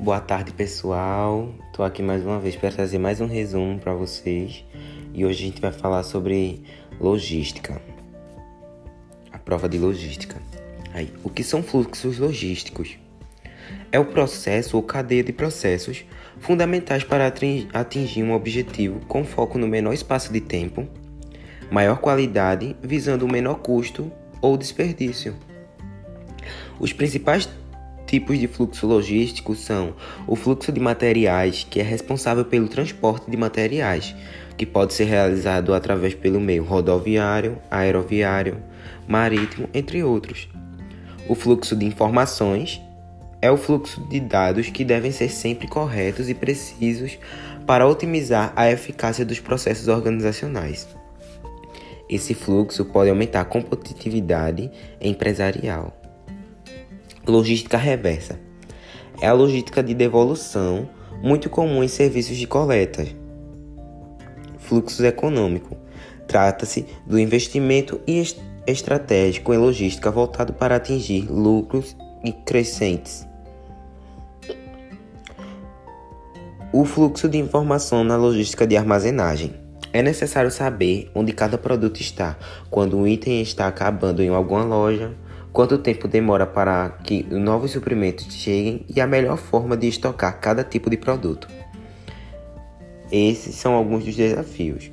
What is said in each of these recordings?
Boa tarde, pessoal. Estou aqui mais uma vez para trazer mais um resumo para vocês. E hoje a gente vai falar sobre logística. A prova de logística. O que são fluxos logísticos? É o processo ou cadeia de processos fundamentais para atingir um objetivo com foco no menor espaço de tempo, maior qualidade, visando o menor custo ou desperdício. Os principais tipos de fluxo logístico são o fluxo de materiais, que é responsável pelo transporte de materiais, que pode ser realizado através pelo meio rodoviário, aeroviário, marítimo, entre outros. O fluxo de informações é o fluxo de dados que devem ser sempre corretos e precisos para otimizar a eficácia dos processos organizacionais. Esse fluxo pode aumentar a competitividade empresarial. Logística reversa. É a logística de devolução, muito comum em serviços de coleta. Fluxo econômico. Trata-se do investimento estratégico em logística voltado para atingir lucros crescentes. O fluxo de informação na logística de armazenagem. É necessário saber onde cada produto está, quando um item está acabando em alguma loja, quanto tempo demora para que novos suprimentos cheguem e a melhor forma de estocar cada tipo de produto. Esses são alguns dos desafios.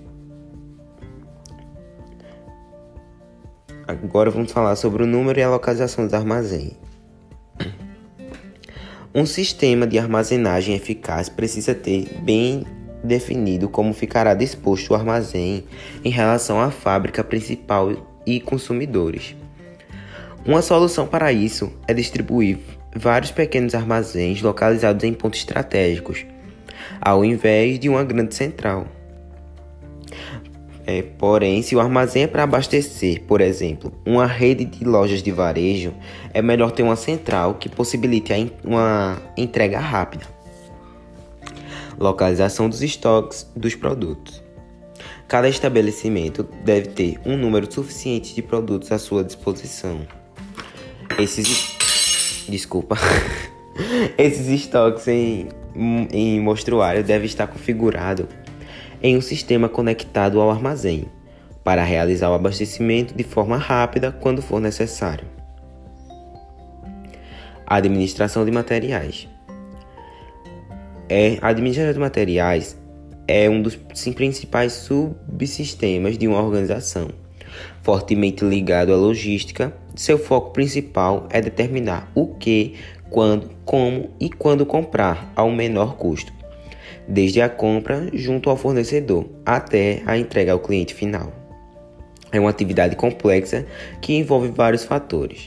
Agora vamos falar sobre o número e a localização dos armazéns. Um sistema de armazenagem eficaz precisa ter bem definido como ficará disposto o armazém em relação à fábrica principal e consumidores. Uma solução para isso é distribuir vários pequenos armazéns localizados em pontos estratégicos, ao invés de uma grande central. Porém, se o armazém é para abastecer, por exemplo, uma rede de lojas de varejo, é melhor ter uma central que possibilite uma entrega rápida. Localização dos estoques dos produtos. Cada estabelecimento deve ter um número suficiente de produtos à sua disposição. Esses estoques em mostruário devem estar configurados em um sistema conectado ao armazém, para realizar o abastecimento de forma rápida quando for necessário. A administração de materiais. A administração de materiais é um dos principais subsistemas de uma organização, fortemente ligado à logística. Seu foco principal é determinar o que, quando, como e quando comprar ao menor custo, desde a compra junto ao fornecedor até a entrega ao cliente final. É uma atividade complexa que envolve vários fatores.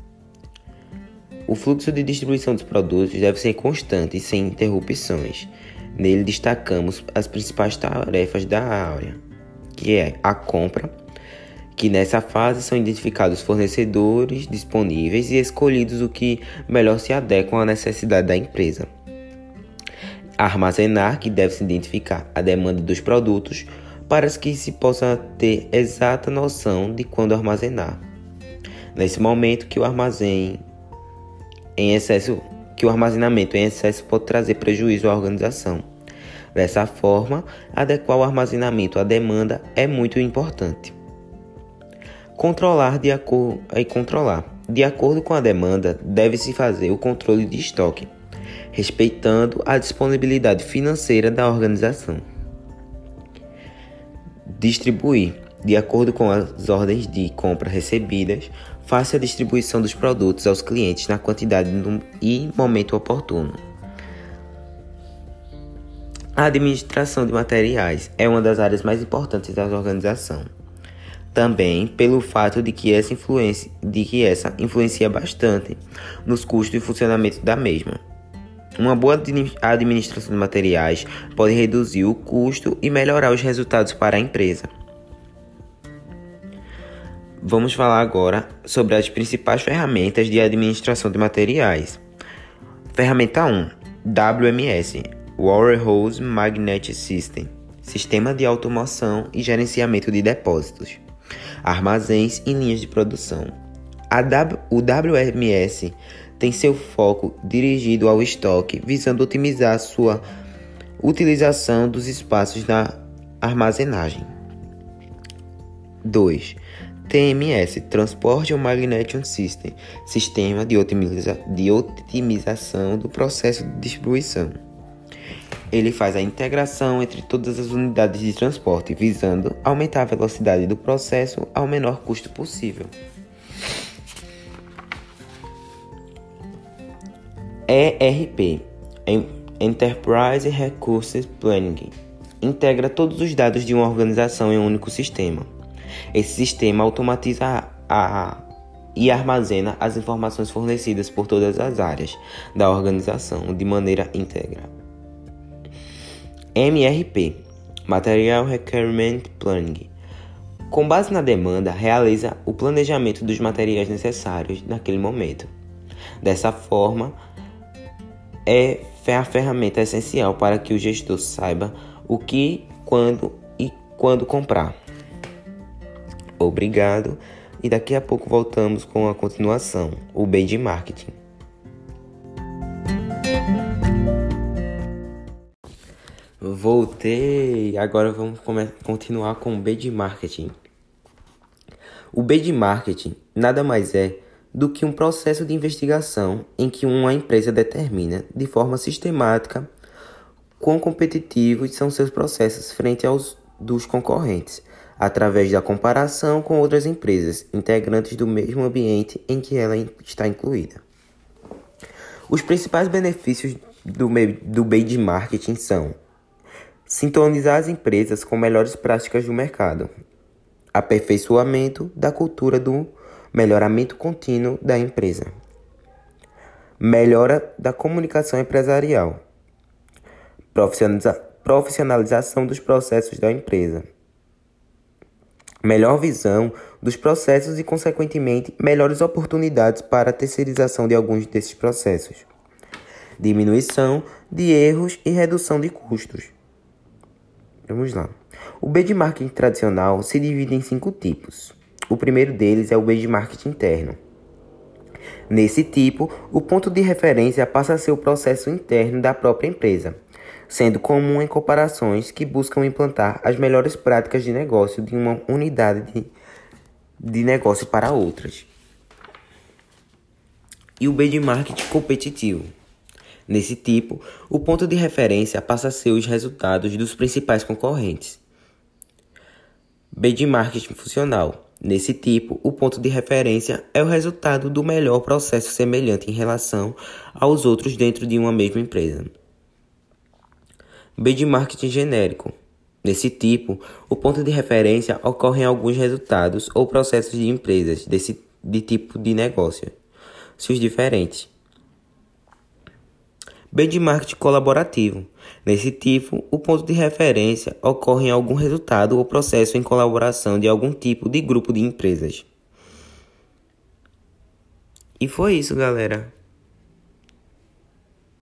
O fluxo de distribuição dos produtos deve ser constante e sem interrupções. Nele destacamos as principais tarefas da área, que é a compra, que nessa fase são identificados os fornecedores disponíveis e escolhidos o que melhor se adequam à necessidade da empresa. Armazenar, que deve-se identificar a demanda dos produtos para que se possa ter exata noção de quando armazenar. Nesse momento que o armazenamento em excesso pode trazer prejuízo à organização. Dessa forma, adequar o armazenamento à demanda é muito importante. Controlar. De acordo com a demanda, deve-se fazer o controle de estoque, respeitando a disponibilidade financeira da organização. Distribuir. De acordo com as ordens de compra recebidas, faça a distribuição dos produtos aos clientes na quantidade e momento oportuno. A administração de materiais é uma das áreas mais importantes da organização. Também pelo fato de que essa influencia bastante nos custos de funcionamento da mesma. Uma boa administração de materiais pode reduzir o custo e melhorar os resultados para a empresa. Vamos falar agora sobre as principais ferramentas de administração de materiais. Ferramenta 1. WMS, Warehouse Management System, Sistema de Automação e Gerenciamento de Depósitos, Armazéns e Linhas de Produção. O WMS tem seu foco dirigido ao estoque, visando otimizar sua utilização dos espaços da armazenagem. 2. TMS, Transport Management System, sistema de otimização do processo de distribuição. Ele faz a integração entre todas as unidades de transporte, visando aumentar a velocidade do processo ao menor custo possível. ERP, Enterprise Resource Planning, integra todos os dados de uma organização em um único sistema. Esse sistema automatiza e armazena as informações fornecidas por todas as áreas da organização de maneira íntegra. MRP, Material Requirement Planning, com base na demanda, realiza o planejamento dos materiais necessários naquele momento. Dessa forma, é a ferramenta essencial para que o gestor saiba o que, quando comprar. Obrigado, e daqui a pouco voltamos com a continuação, o B de Marketing. Voltei, agora vamos continuar com o B de Marketing. O B de Marketing nada mais é do que um processo de investigação em que uma empresa determina de forma sistemática quão competitivos são seus processos frente aos dos concorrentes, através da comparação com outras empresas integrantes do mesmo ambiente em que ela está incluída. Os principais benefícios do B de Marketing são: sintonizar as empresas com melhores práticas do mercado, aperfeiçoamento da cultura do melhoramento contínuo da empresa, melhora da comunicação empresarial, profissionalização dos processos da empresa, melhor visão dos processos e, consequentemente, melhores oportunidades para a terceirização de alguns desses processos, diminuição de erros e redução de custos. Vamos lá. O B de Marketing tradicional se divide em 5 tipos. O primeiro deles é o B de Marketing interno. Nesse tipo, o ponto de referência passa a ser o processo interno da própria empresa, sendo comum em comparações que buscam implantar as melhores práticas de negócio de uma unidade de negócio para outras. E o B de Marketing competitivo. Nesse tipo, o ponto de referência passa a ser os resultados dos principais concorrentes. B de Marketing funcional. Nesse tipo, o ponto de referência é o resultado do melhor processo semelhante em relação aos outros dentro de uma mesma empresa. B de Marketing genérico. Nesse tipo, o ponto de referência ocorre em alguns resultados ou processos de empresas de tipo de negócio, seus diferentes. B de Marketing colaborativo. Nesse tipo, o ponto de referência ocorre em algum resultado ou processo em colaboração de algum tipo de grupo de empresas. E foi isso, galera.